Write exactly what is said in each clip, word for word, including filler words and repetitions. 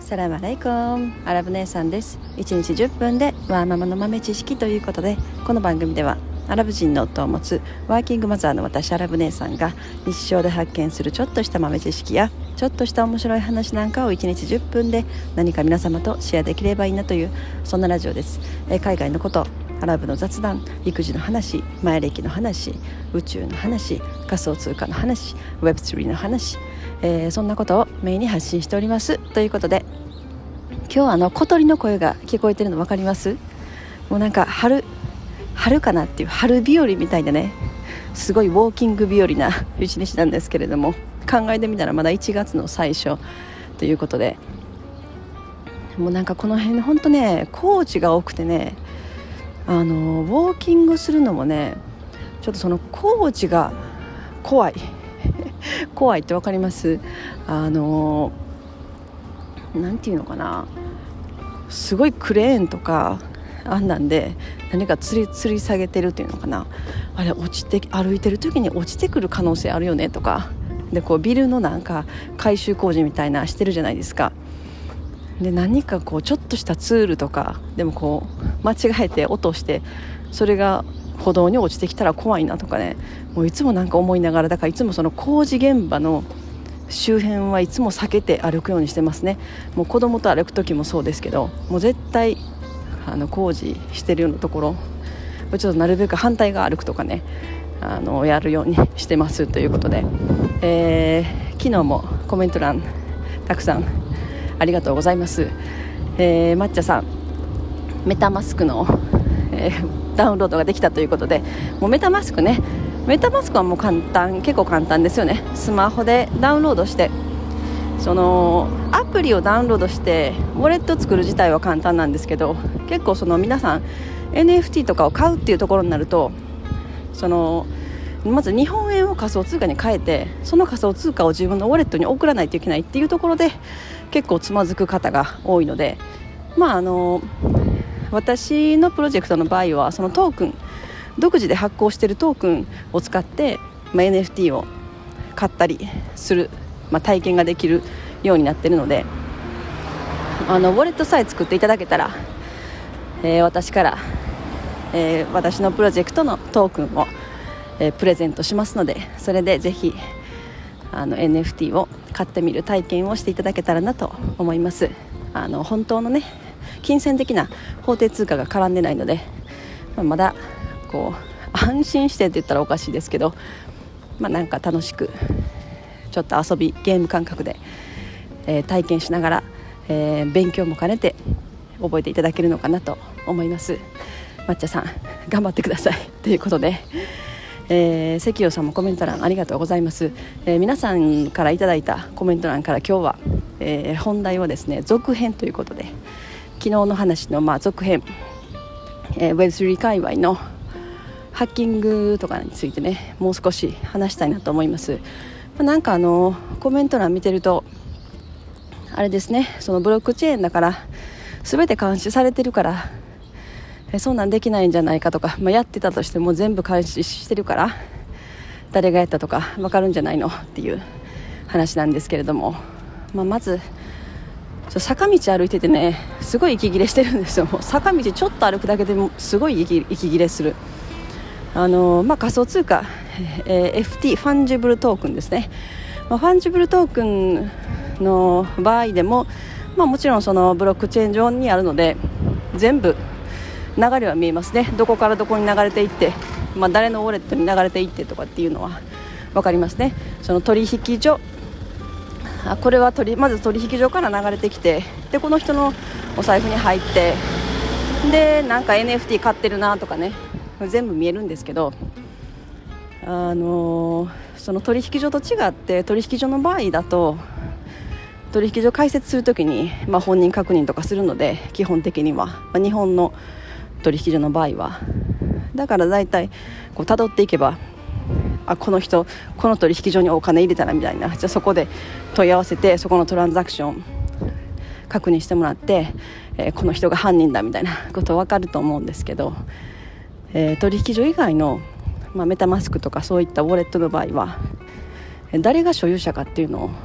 サラムアレイコン、アラブ姉さんです。いちにちじゅっぷんでワーママの豆知識ということで、この番組ではアラブ人の夫を持つワーキングマザーの私アラブ姉さんが日常で発見するちょっとした豆知識やちょっとした面白い話なんかをいちにちじゅっぷんで何か皆様とシェアできればいいなという、そんなラジオです。え海外のこと、アラブの雑談、育児の話、前歴の話、宇宙の話、仮想通貨の話、 ウェブスリー の話、えー、そんなことをメインに発信しておりますということで、今日はあの小鳥の声が聞こえてるの分かります？もうなんか春春かなっていう春日和みたいでね、すごいウォーキング日和な一日なんですけれども、考えてみたらまだいちがつの最初ということで、もうなんかこの辺本当ね工事が多くてね、あのウォーキングするのもねちょっとその工事が怖い怖いってわかります？あのなんていうのかな、すごいクレーンとかあんなんで何か吊り吊り下げてるっていうのかな、あれ落ちて歩いてる時に落ちてくる可能性あるよねとかで、こうビルのなんか改修工事みたいなしてるじゃないですか。で何かこうちょっとしたツールとかでもこう間違えて落としてそれが歩道に落ちてきたら怖いなとかね、もういつもなんか思いながら、だからいつもその工事現場の周辺はいつも避けて歩くようにしてますね。もう子供と歩く時もそうですけど、もう絶対あの工事してるようなところちょっとなるべく反対側歩くとかね、あのやるようにしてますということで、えー、昨日もコメント欄たくさんありがとうございます。えー、抹茶さんメタマスクの、えー、ダウンロードができたということで、もうメタマスクねメタマスクはもう簡単結構簡単ですよね。スマホでダウンロードして、そのアプリをダウンロードしてウォレットを作る自体は簡単なんですけど、結構その皆さん エヌエフティー とかを買うっていうところになると、そのまず日本円を仮想通貨に変えて、その仮想通貨を自分のウォレットに送らないといけないっていうところで結構つまずく方が多いので、まああの私のプロジェクトの場合はそのトークン独自で発行しているトークンを使って、まあ、エヌエフティー を買ったりする、まあ、体験ができるようになっているので、あのウォレットさえ作っていただけたら、えー、私から、えー、私のプロジェクトのトークンを、えー、プレゼントしますので、それでぜひあの エヌエフティー を買ってみる体験をしていただけたらなと思います。あの本当のね金銭的な法定通貨が絡んでないので、まあ、まだこう安心してって言ったらおかしいですけど、まあ、なんか楽しくちょっと遊びゲーム感覚で、えー、体験しながら、えー、勉強も兼ねて覚えていただけるのかなと思います。抹茶さん頑張ってくださいということで、えー、関陽さんもコメント欄ありがとうございます。えー、皆さんからいただいたコメント欄から今日は、えー、本題はですね続編ということで、昨日の話のまあ続編、えー、ウェブスリー 界隈のハッキングとかについてねもう少し話したいなと思います。なんかあのコメント欄見てるとあれですね、そのブロックチェーンだから全て監視されてるからえそんなんできないんじゃないかとか、まあ、やってたとしても全部監視してるから誰がやったとか分かるんじゃないのっていう話なんですけれども、まあ、まず坂道歩いててねすごい息切れしてるんですよ。もう坂道ちょっと歩くだけでもすごい 息, 息切れする。あのまあ、仮想通貨、えー、エフティー ファンジブルトークンですね。まあ、ファンジブルトークンの場合でも、まあ、もちろんそのブロックチェーン上にあるので全部流れは見えますね。どこからどこに流れていって、まあ、誰のウォレットに流れていってとかっていうのは分かりますね。その取引所、あこれは取まず取引所から流れてきて、でこの人のお財布に入って、でなんか エヌエフティー 買ってるなとかね全部見えるんですけど、あのー、その取引所と違って取引所の場合だと取引所開設するときに、まあ、本人確認とかするので基本的には、まあ、日本の取引所の場合はだからだいたいこう辿っていけば、あこの人この取引所にお金入れたらみたいな、じゃあそこで問い合わせてそこのトランザクション確認してもらって、えー、この人が犯人だみたいなこと分かると思うんですけど、えー、取引所以外の、まあ、メタマスクとかそういったウォレットの場合は誰が所有者かっていうのを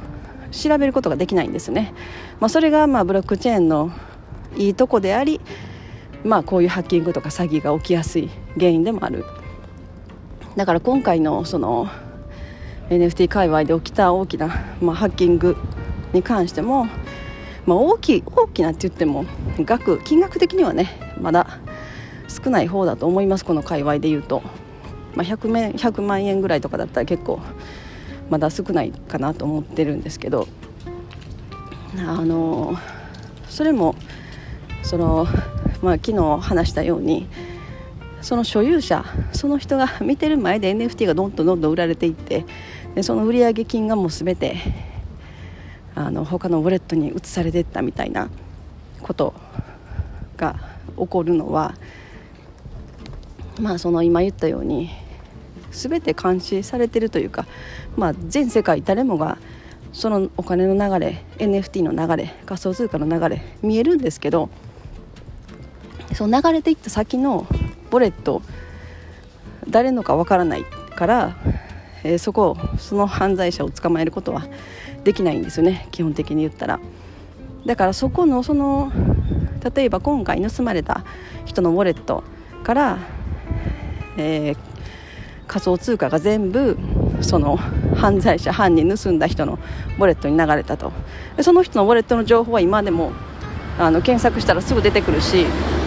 調べることができないんですね。まあ、それがまあブロックチェーンのいいとこであり、まあ、こういうハッキングとか詐欺が起きやすい原因でもある。だから今回のその エヌエフティー 界隈で起きた大きな、まあ、ハッキングに関しても、まあ、大きい大きなって言っても額金額的にはねまだ少ない方だと思います。この界隈で言うと、まあ、ひゃくめんひゃくまんえんぐらいとかだったら結構まだ少ないかなと思ってるんですけど、あのそれもその、まあ、昨日話したようにその所有者その人が見てる前で エヌエフティー がどんどんどんどん売られていって、でその売上金がもう全てあの他のウォレットに移されていったみたいなことが起こるのは、まあその今言ったように全て監視されているというか、まあ、全世界誰もがそのお金の流れ エヌエフティー の流れ仮想通貨の流れ見えるんですけど、その流れていった先のウォレット誰のかわからないから、えー、そこをその犯罪者を捕まえることはできないんですよね、基本的に言ったら。だからそこのその例えば今回盗まれた人のウォレットから、えー、仮想通貨が全部その犯罪者犯人盗んだ人のウォレットに流れたと。でその人のウォレットの情報は今でもあの検索したらすぐ出てくるし、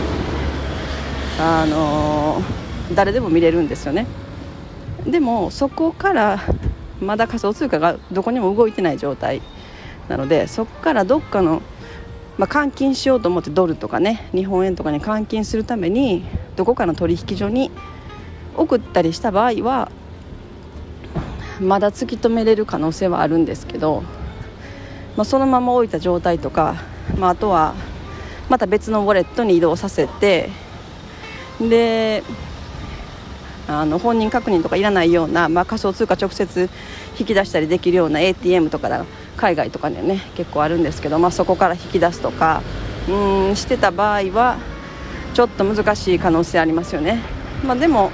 あのー、誰でも見れるんですよね。でもそこからまだ仮想通貨がどこにも動いてない状態なので、そこからどっかの、まあ、換金しようと思ってドルとかね日本円とかに換金するためにどこかの取引所に送ったりした場合はまだ突き止めれる可能性はあるんですけど、まあ、そのまま置いた状態とか、まあ、あとはまた別のウォレットに移動させて、であの本人確認とかいらないような、まあ、仮想通貨直接引き出したりできるような エーティーエム とかだ海外とかでね結構あるんですけど、まあ、そこから引き出すとかうーんしてた場合はちょっと難しい可能性ありますよね。まあ、でも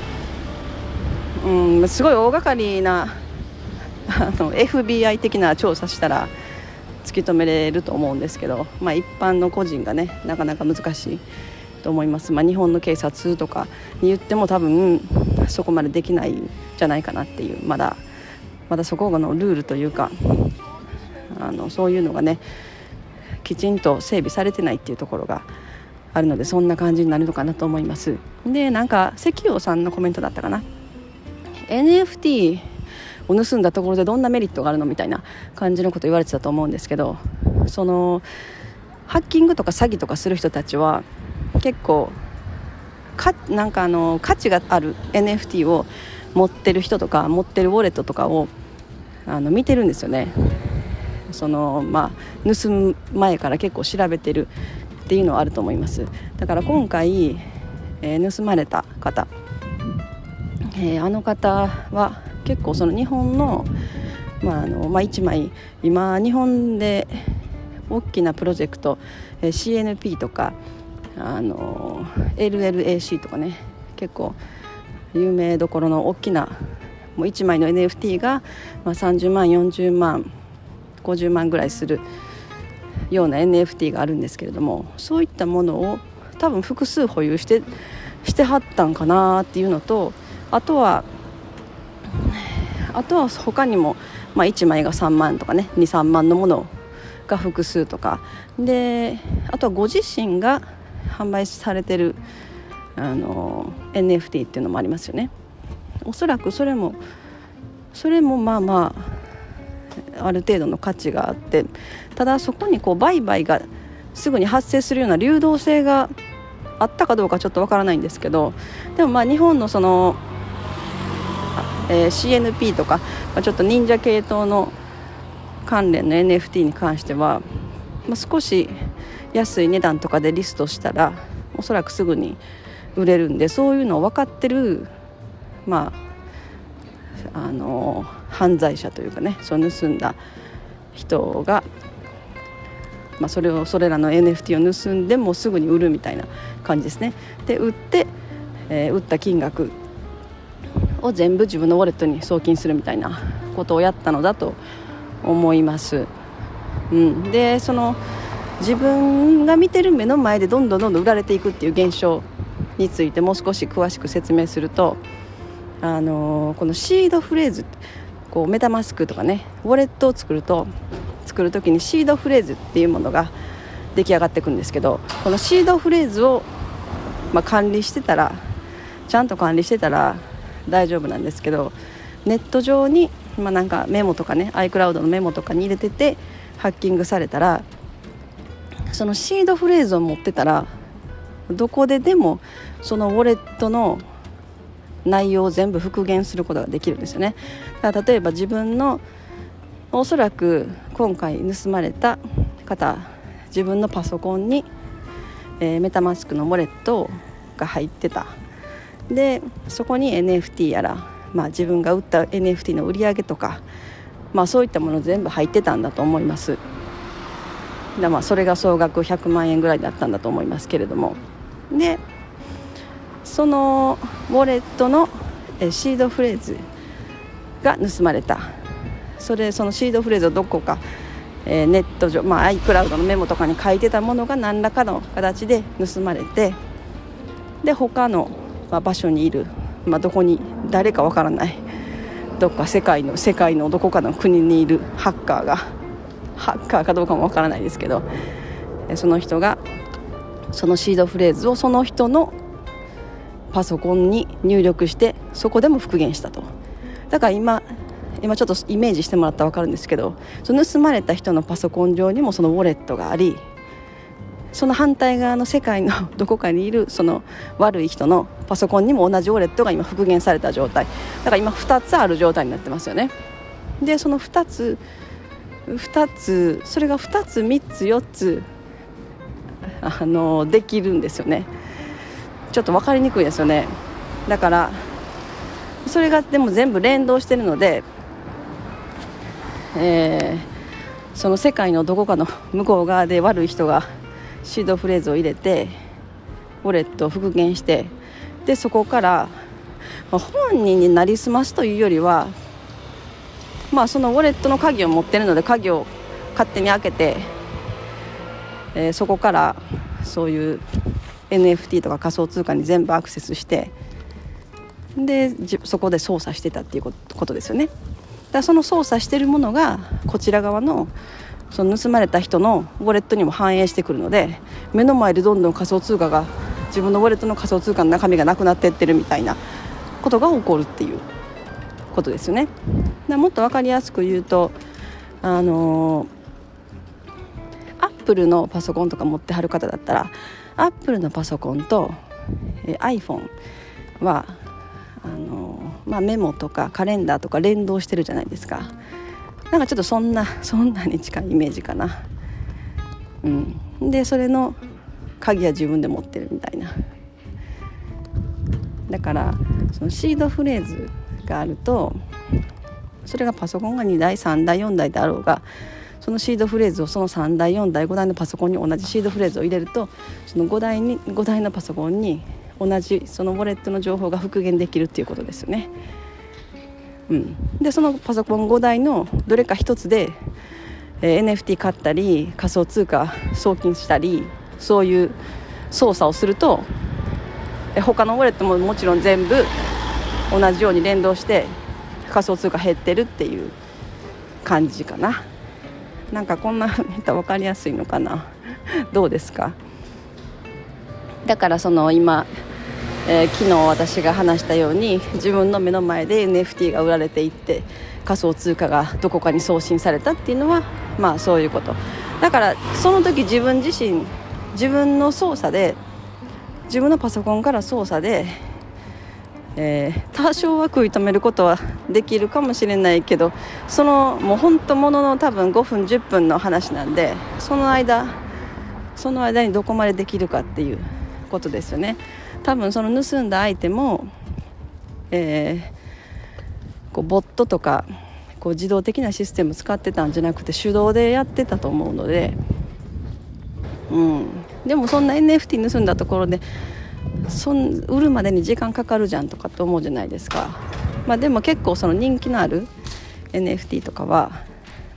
うんすごい大掛かりなあの エフビーアイ 的な調査したら突き止めれると思うんですけど、まあ、一般の個人がねなかなか難しいと思います。まあ、日本の警察とかに言っても多分そこまでできないんじゃないかなっていう、まだまだそこのルールというかあのそういうのがねきちんと整備されてないっていうところがあるので、そんな感じになるのかなと思います。でなんか石油さんのコメントだったかな、 エヌエフティー を盗んだところでどんなメリットがあるのみたいな感じのこと言われてたと思うんですけど、そのハッキングとか詐欺とかする人たちは結構かなんかあの価値がある エヌエフティー を持ってる人とか持ってるウォレットとかをあの見てるんですよね。その、まあ、盗む前から結構調べてるっていうのはあると思います。だから今回、えー、盗まれた方、えー、あの方は結構その日本の、まああのまあ、いちまい今日本で大きなプロジェクト、えー、シーエヌピー とかあの エルエルエーシー とかね結構有名どころの大きなもういちまいの エヌエフティー が、まあ、さんじゅうまんよんじゅうまんごじゅうまんぐらいするような エヌエフティー があるんですけれども、そういったものを多分複数保有してしてはったんかなっていうのと、あとはあとは他にも、まあ、いちまいがさんまんとかねにさんまんのものが複数とかで、あとはご自身が販売されてるあの エヌエフティー っていうのもありますよね。おそらくそれもそれもまあまあある程度の価値があって、ただそこにこう売買がすぐに発生するような流動性があったかどうかちょっとわからないんですけど、でもまあ日本のその、えー、シーエヌピー とか、まあ、ちょっと忍者系統の関連の エヌエフティー に関しては、まあ、少し安い値段とかでリストしたらおそらくすぐに売れるんで、そういうのを分かってる、まあ、あの犯罪者というかね、その盗んだ人が、まあ、それをそれらの エヌエフティー を盗んでもすぐに売るみたいな感じですね。で売って、えー、売った金額を全部自分のウォレットに送金するみたいなことをやったのだと思います。うん、でその自分が見てる目の前でどんどんどんどん売られていくっていう現象についてもう少し詳しく説明すると、あのー、このシードフレーズ、こうメタマスクとかね、ウォレットを作ると作るときにシードフレーズっていうものが出来上がっていくんですけど、このシードフレーズを、まあ、管理してたらちゃんと管理してたら大丈夫なんですけど、ネット上に、まあ、なんかメモとかね iCloud のメモとかに入れててハッキングされたら、そのシードフレーズを持ってたらどこででもそのウォレットの内容を全部復元することができるんですよね。だから例えば自分のおそらく今回盗まれた方、自分のパソコンに、えー、メタマスクのウォレットが入ってた。でそこに エヌエフティー やら、まあ、自分が売った エヌエフティー の売り上げとか、まあ、そういったもの全部入ってたんだと思います。で、まあ、それが総額ひゃくまんえんぐらいだったんだと思いますけれども、でそのウォレットのシードフレーズが盗まれた。それそのシードフレーズをどこか、えー、ネット上、まあ、iCloud のメモとかに書いてたものが何らかの形で盗まれて、で他の、まあ、場所にいる、まあ、どこに誰かわからない、どっか世界の世界のどこかの国にいるハッカーがハッカーかどうかもわからないですけど、その人がそのシードフレーズをその人のパソコンに入力してそこでも復元したと。だから今今ちょっとイメージしてもらったら分かるんですけど、その盗まれた人のパソコン上にもそのウォレットがあり、その反対側の世界のどこかにいるその悪い人のパソコンにも同じウォレットが今復元された状態だから今ふたつある状態になってますよね。でそのふたつふたつそれがふたつみっつよっつあのできるんですよね。ちょっと分かりにくいですよね。だからそれがでも全部連動してるので、えー、その世界のどこかの向こう側で悪い人がシードフレーズを入れてウォレットを復元して、でそこから、まあ、本人になりすますというよりは、まあ、そのウォレットの鍵を持ってるので鍵を勝手に開けて、えー、そこからそういう エヌエフティー とか仮想通貨に全部アクセスして、でそこで操作してたっていうことですよね。だからその操作してるものがこちら側のその盗まれた人のウォレットにも反映してくるので、目の前でどんどん仮想通貨が自分のウォレットの仮想通貨の中身がなくなっていってるみたいなことが起こるっていうことですよね。だからもっと分かりやすく言うと、あのアップルのパソコンとか持ってはる方だったら、アップルのパソコンと、え iPhone はあの、まあ、メモとかカレンダーとか連動してるじゃないですか。なんかちょっとそんなそんなに近いイメージかな。うん、でそれの鍵は自分で持ってるみたいな。だからそのシードフレーズがあると、それがパソコンがにだいさんだいよんだいであろうが、そのシードフレーズをそのさんだいよんだいごだいのパソコンに同じシードフレーズを入れると、そのごだいにごだいのパソコンに同じそのウォレットの情報が復元できるっていうことですよね。うん、でそのパソコンごだいのどれか一つで、えー、エヌエフティー 買ったり仮想通貨送金したり、そういう操作をすると、え他のウォレットももちろん全部同じように連動して仮想通貨減ってるっていう感じかな。なんかこんなふうに言ったら分かりやすいのかなどうですか。だからその今、えー、昨日私が話したように、自分の目の前で エヌエフティー が売られていって仮想通貨がどこかに送信されたっていうのは、まあそういうことだから、その時自分自身自分の操作で自分のパソコンから操作で、えー、多少は食い止めることはできるかもしれないけど、そのもう本当ものの多分ごふんじゅっぷんの話なんで、その間その間にどこまでできるかっていうことですよね。多分その盗んだ相手も、えー、こうボットとかこう自動的なシステム使ってたんじゃなくて手動でやってたと思うので、うん、でもそんな エヌエフティー 盗んだところでそん売るまでに時間かかるじゃんとかって思うじゃないですか。まあ、でも結構その人気のある エヌエフティー とかは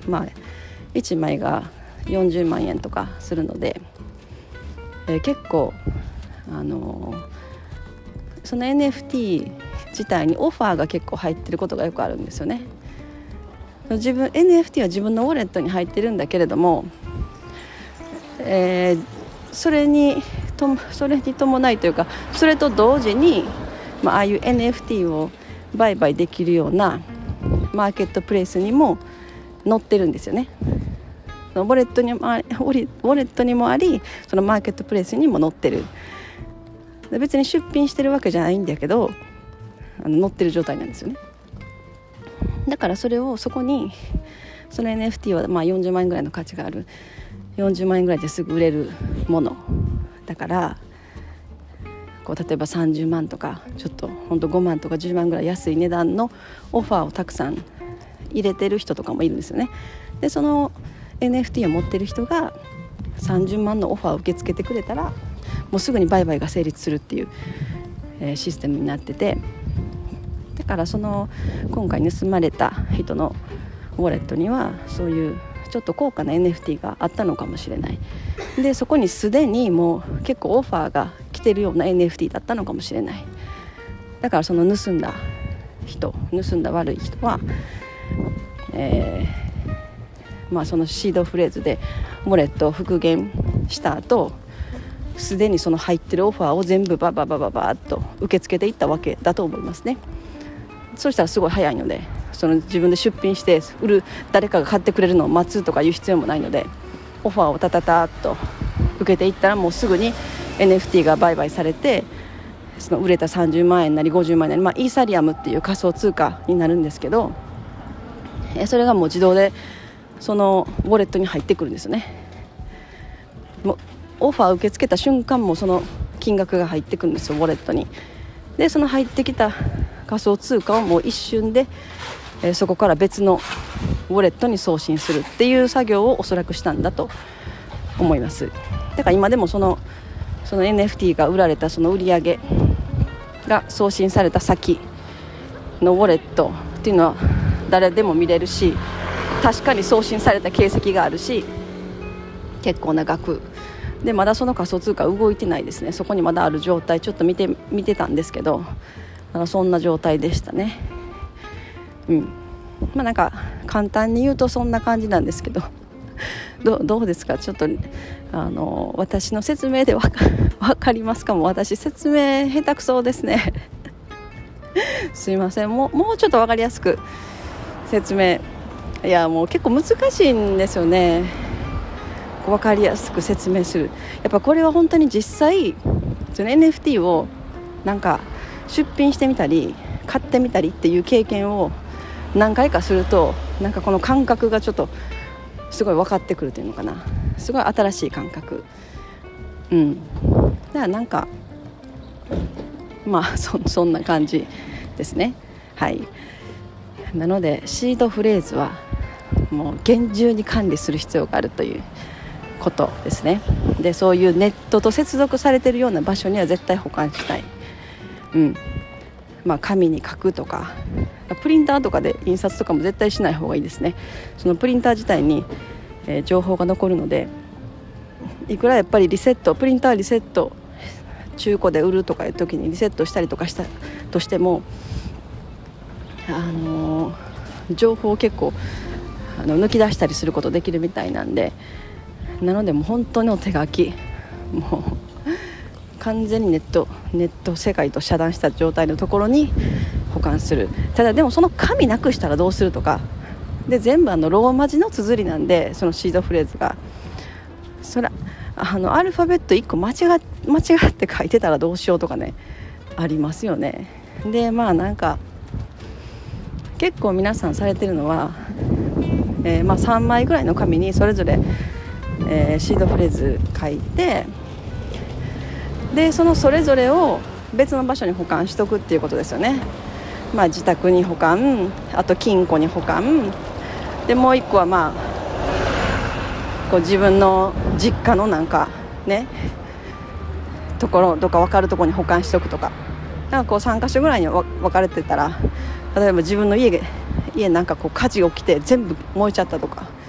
まあいちまいがよんじゅうまんえんとかするので、えー、結構あのー、その エヌエフティー 自体にオファーが結構入ってることがよくあるんですよね。自分 エヌエフティー は自分のウォレットに入ってるんだけれども、えー、それにとそれに伴いというか、それと同時に、まあ、ああいう エヌエフティー を売買できるようなマーケットプレイスにも載ってるんですよね。ウォレットにもあり、ウォレットにもあり、そのマーケットプレイスにも載ってる。別に出品してるわけじゃないんだけど、あの載ってる状態なんですよね。だからそれをそこにその エヌエフティー はまあよんじゅうまんえんぐらいの価値がある、よんじゅうまんえんぐらいですぐ売れるものだから、こう例えばさんじゅうまんとかちょっとほんとごまんとかじゅうまんぐらい安い値段のオファーをたくさん入れてる人とかもいるんですよね。でその エヌエフティー を持ってる人がさんじゅうまんのオファーを受け付けてくれたら、もうすぐに売買が成立するっていう、えー、システムになってて、だからその今回盗まれた人のウォレットにはそういうちょっと高価な エヌエフティー があったのかもしれない。でそこにすでにもう結構オファーが来てるような エヌエフティー だったのかもしれない。だからその盗んだ人盗んだ悪い人は、えーまあ、そのシードフレーズでウォレットを復元した後、すでにその入ってるオファーを全部バババババーっと受け付けていったわけだと思いますね。そうしたらすごい早いので、その自分で出品して売る、誰かが買ってくれるのを待つとかいう必要もないので、オファーをタタタッと受けていったらもうすぐに エヌエフティー が売買されて、その売れたさんじゅうまんえんなりごじゅうまんえんなり、まあ、イーサリアムっていう仮想通貨になるんですけど、それがもう自動でそのウォレットに入ってくるんですよね。もうオファー受け付けた瞬間もその金額が入ってくるんですよ、ウォレットに。でその入ってきた仮想通貨をもう一瞬で、えー、そこから別のウォレットに送信するっていう作業をおそらくしたんだと思います。だから今でもその、その エヌエフティー が売られたその売り上げが送信された先のウォレットっていうのは誰でも見れるし、確かに送信された形跡があるし、結構な額でまだその仮想通貨動いてないですね。そこにまだある状態ちょっと見て見てたんですけど、まだそんな状態でしたね。うんまあなんか簡単に言うとそんな感じなんですけどど, どうですか、ちょっとあの私の説明でわ か, わかりますかも。私説明下手くそですねすいません、もう、もうちょっとわかりやすく説明、いやもう結構難しいんですよね、分かりやすく説明する。やっぱこれは本当に実際その エヌエフティー をなんか出品してみたり買ってみたりっていう経験を何回かすると、なんかこの感覚がちょっとすごい分かってくるというのかな、すごい新しい感覚。うんだからなんかまあ そ, そんな感じですね。はいなのでシードフレーズはもう厳重に管理する必要があるということですね。でそういうネットと接続されているような場所には絶対保管したい。うんまあ、紙に書くとかプリンターとかで印刷とかも絶対しない方がいいですね。そのプリンター自体に、えー、情報が残るので、いくらやっぱりリセットプリンターリセット中古で売るとかいう時にリセットしたりとかしたとしても、あのー、情報を結構あの抜き出したりすることできるみたいなんで、なのでもう本当の手書き、もう完全にネットネット世界と遮断した状態のところに保管する。ただでもその紙なくしたらどうするとかで、全部あのローマ字の綴りなんで、そのシードフレーズがそれあのアルファベットいっこ間違間違って書いてたらどうしようとかね、ありますよね。でまあなんか結構皆さんされてるのは、えーまあ、さんまいぐらいの紙にそれぞれ、えー、シードフレーズ書いて、でそのそれぞれを別の場所に保管しとくっていうことですよね。まあ、自宅に保管、あと金庫に保管で、もう一個はまあこう自分の実家のなんかねところとか分かるところに保管しておくとか、なんかこうさんかしょぐらいに分かれてたら、例えば自分の家で家なんかこう火事起きて全部燃えちゃったとか、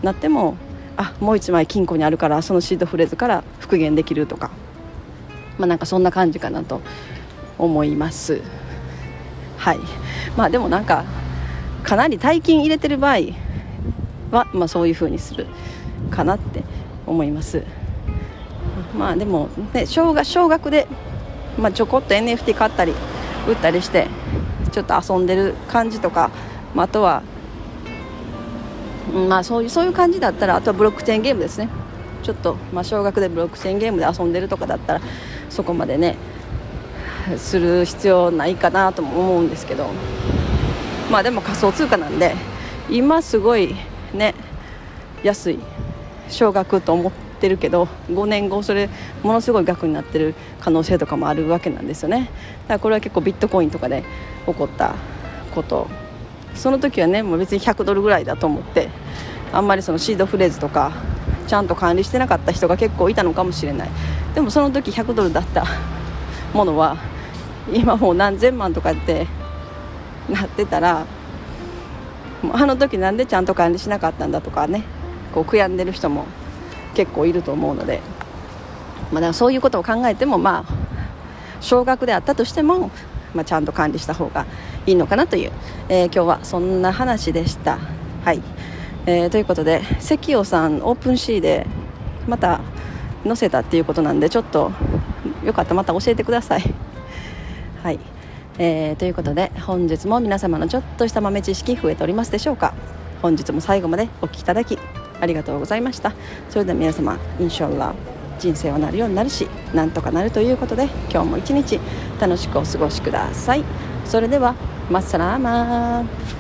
なっても、あ、もう一枚金庫にあるからそのシードフレーズから復元できるとか、まあなんかそんな感じかなと思います。はい。まあでもなんかかなり大金入れてる場合は、まあ、そういう風にするかなって思います。まあでもね、少額、少額で、まあ、ちょこっと エヌエフティー 買ったり売ったりしてちょっと遊んでる感じとか、まあ、あとは、まあ、そういうそういう感じだったら、あとはブロックチェーンゲームですね。ちょっと、まあ、少額でブロックチェーンゲームで遊んでるとかだったらそこまでねする必要ないかなとも思うんですけど、まあでも仮想通貨なんで今すごいね安い少額と思ってるけど、ごねんごそれものすごい額になってる可能性とかもあるわけなんですよね。だからこれは結構ビットコインとかで起こったこと、その時はねもう別にひゃくドルぐらいだと思って、あんまりそのシードフレーズとかちゃんと管理してなかった人が結構いたのかもしれない。でもその時ひゃくドルだったものは今もう何千万とかってなってたら、あの時なんでちゃんと管理しなかったんだとかね、こう悔やんでる人も結構いると思うので、まあ、だからそういうことを考えても、まあ少額であったとしても、まあ、ちゃんと管理した方がいいのかなという、えー、今日はそんな話でした。はい、えー、ということで関尾さんオープンシーでまた載せたっていうことなんで、ちょっとよかったらまた教えてください。はい、えー、ということで本日も皆様のちょっとした豆知識増えておりますでしょうか。本日も最後までお聞きいただきありがとうございました。それでは皆様インシャアラ人生はなるようになるし、なんとかなるということで、今日も一日楽しくお過ごしください。それではマッサラーマー。